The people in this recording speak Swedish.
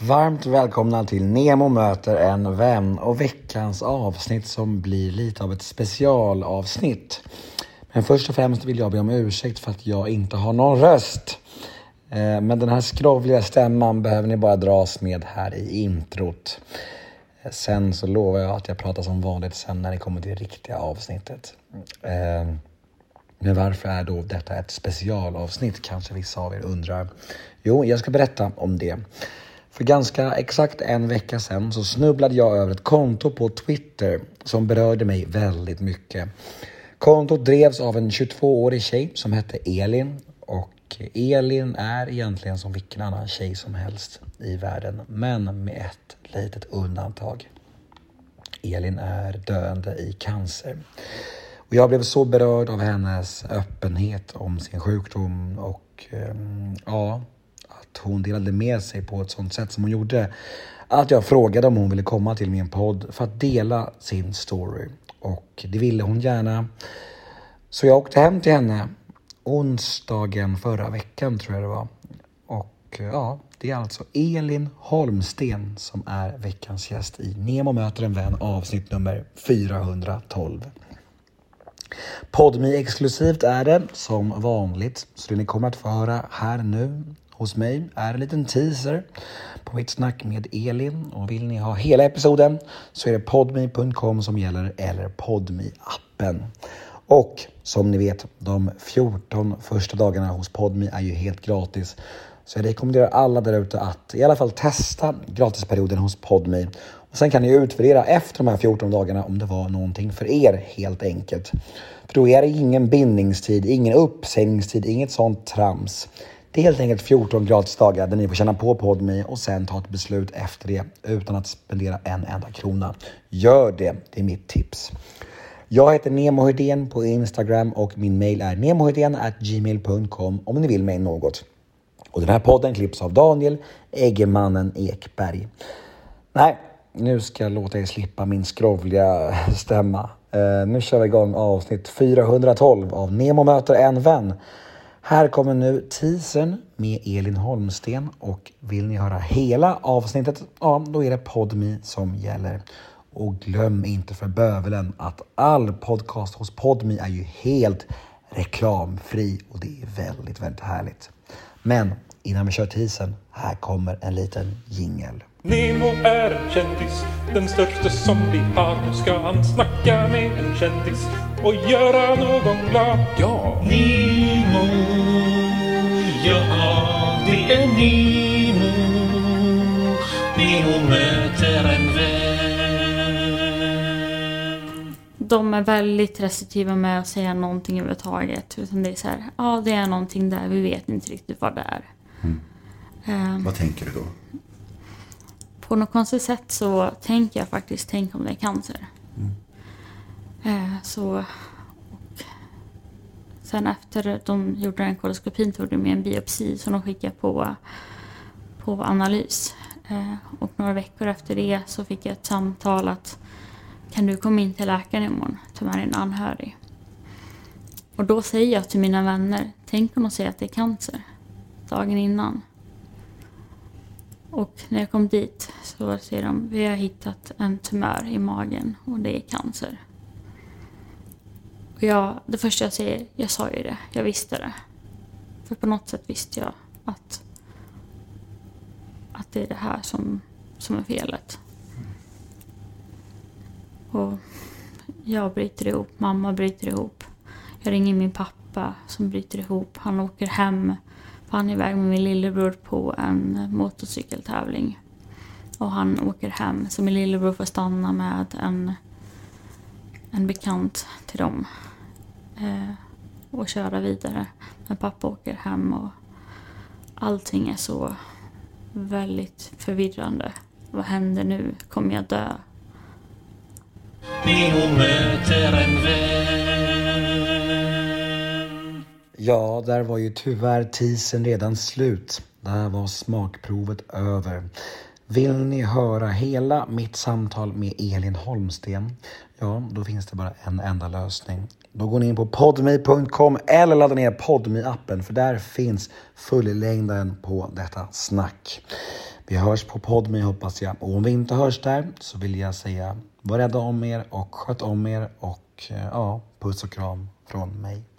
Varmt välkomna till Nemo möter en vän och veckans avsnitt som blir lite av ett specialavsnitt. Men först och främst vill jag be om ursäkt för att jag inte har någon röst. Men den här skrovliga stämman behöver ni bara dras med här i introt. Sen så lovar jag att jag pratar som vanligt sen när det kommer till det riktiga avsnittet. Men varför är då detta ett specialavsnitt, kanske vissa av er undrar. Jo, jag ska berätta om det. För ganska exakt en vecka sedan så snubblade jag över ett konto på Twitter som berörde mig väldigt mycket. Kontot drevs av en 22-årig tjej som hette Elin. Och Elin är egentligen som vilken annan tjej som helst i världen, men med ett litet undantag. Elin är döende i cancer. Och jag blev så berörd av hennes öppenhet om sin sjukdom och att hon delade med sig på ett sånt sätt som hon gjorde. Att jag frågade om hon ville komma till min podd för att dela sin story. Och det ville hon gärna. Så jag åkte hem till henne onsdagen förra veckan tror jag det var. Och det är alltså Elin Holmsten som är veckans gäst i Nemo möter en vän avsnitt nummer 412. Podme exklusivt är det som vanligt. Så det ni kommer att få höra här nu hos mig är en liten teaser på mitt snack med Elin. Och vill ni ha hela episoden så är det podme.com som gäller eller Podme-appen. Och som ni vet, de 14 första dagarna hos Podme är ju helt gratis. Så jag rekommenderar alla där ute att i alla fall testa gratisperioden hos Podme. Och sen kan ni utvärdera efter de här 14 dagarna om det var någonting för er helt enkelt. För då är det ingen bindningstid, ingen uppsägningstid, inget sånt trams. Det är helt enkelt 14 gratisdagar där ni får känna på Podme och sen ta ett beslut efter det utan att spendera en enda krona. Gör det, det är mitt tips. Jag heter Nemo Hedén på Instagram och min mail är nemohedén@gmail.com om ni vill mig något. Och den här podden klipps av Daniel Eggemannen Ekberg. Nej, nu ska jag låta er slippa min skrovliga stämma. Nu kör vi igång avsnitt 412 av Nemo möter en vän. Här kommer nu teasern med Elin Holmsten och vill ni höra hela avsnittet, då är det Podme som gäller. Och glöm inte för bövelen att all podcast hos Podme är ju helt reklamfri och det är väldigt, väldigt härligt. Men innan vi kör teasern, här kommer en liten jingle. Nemo är en kändis, den största som vi har. Nu ska han snacka med en kändis och göra någon glad. Ja! Nemo, ja det är Nemo. Nemo möter en vän. De är väldigt restriktiva med att säga någonting överhuvudtaget. Utan det är så här, det är någonting där, vi vet inte riktigt vad det är. Vad tänker du då? På något konstigt sätt så tänker jag faktiskt, tänk om det är cancer. Och sen efter de gjorde en koloskopin tog de med en biopsi som de skickade på analys. Och några veckor efter det så fick jag ett samtal att kan du komma in till läkaren imorgon, ta med en anhörig. Och då säger jag till mina vänner, tänk om de säger att det är cancer dagen innan. Och när jag kom dit så säger de, vi har hittat en tumör i magen och det är cancer. Och det första jag säger, jag sa ju det, jag visste det. För på något sätt visste jag att det är det här som är felet. Och jag bryter ihop, mamma bryter ihop. Jag ringer min pappa som bryter ihop. Han åker hem, för han är iväg med min lillebror på en motorcykeltävling. Och han åker hem, så min lillebror får stanna med en bekant till dem. Och köra vidare. Men pappa åker hem och allting är så väldigt förvirrande. Vad händer nu? Kommer jag dö? Nemo möter en vän. Ja, där var ju tyvärr teasern redan slut. Där var smakprovet över. Vill ni höra hela mitt samtal med Elin Holmsten? Ja, då finns det bara en enda lösning. Då går ni in på podme.com eller laddar ner Podme-appen, för där finns fullängden på detta snack. Vi hörs på Podme hoppas jag. Och om vi inte hörs där så vill jag säga var rädda om er och sköt om er. Och ja, puss och kram från mig.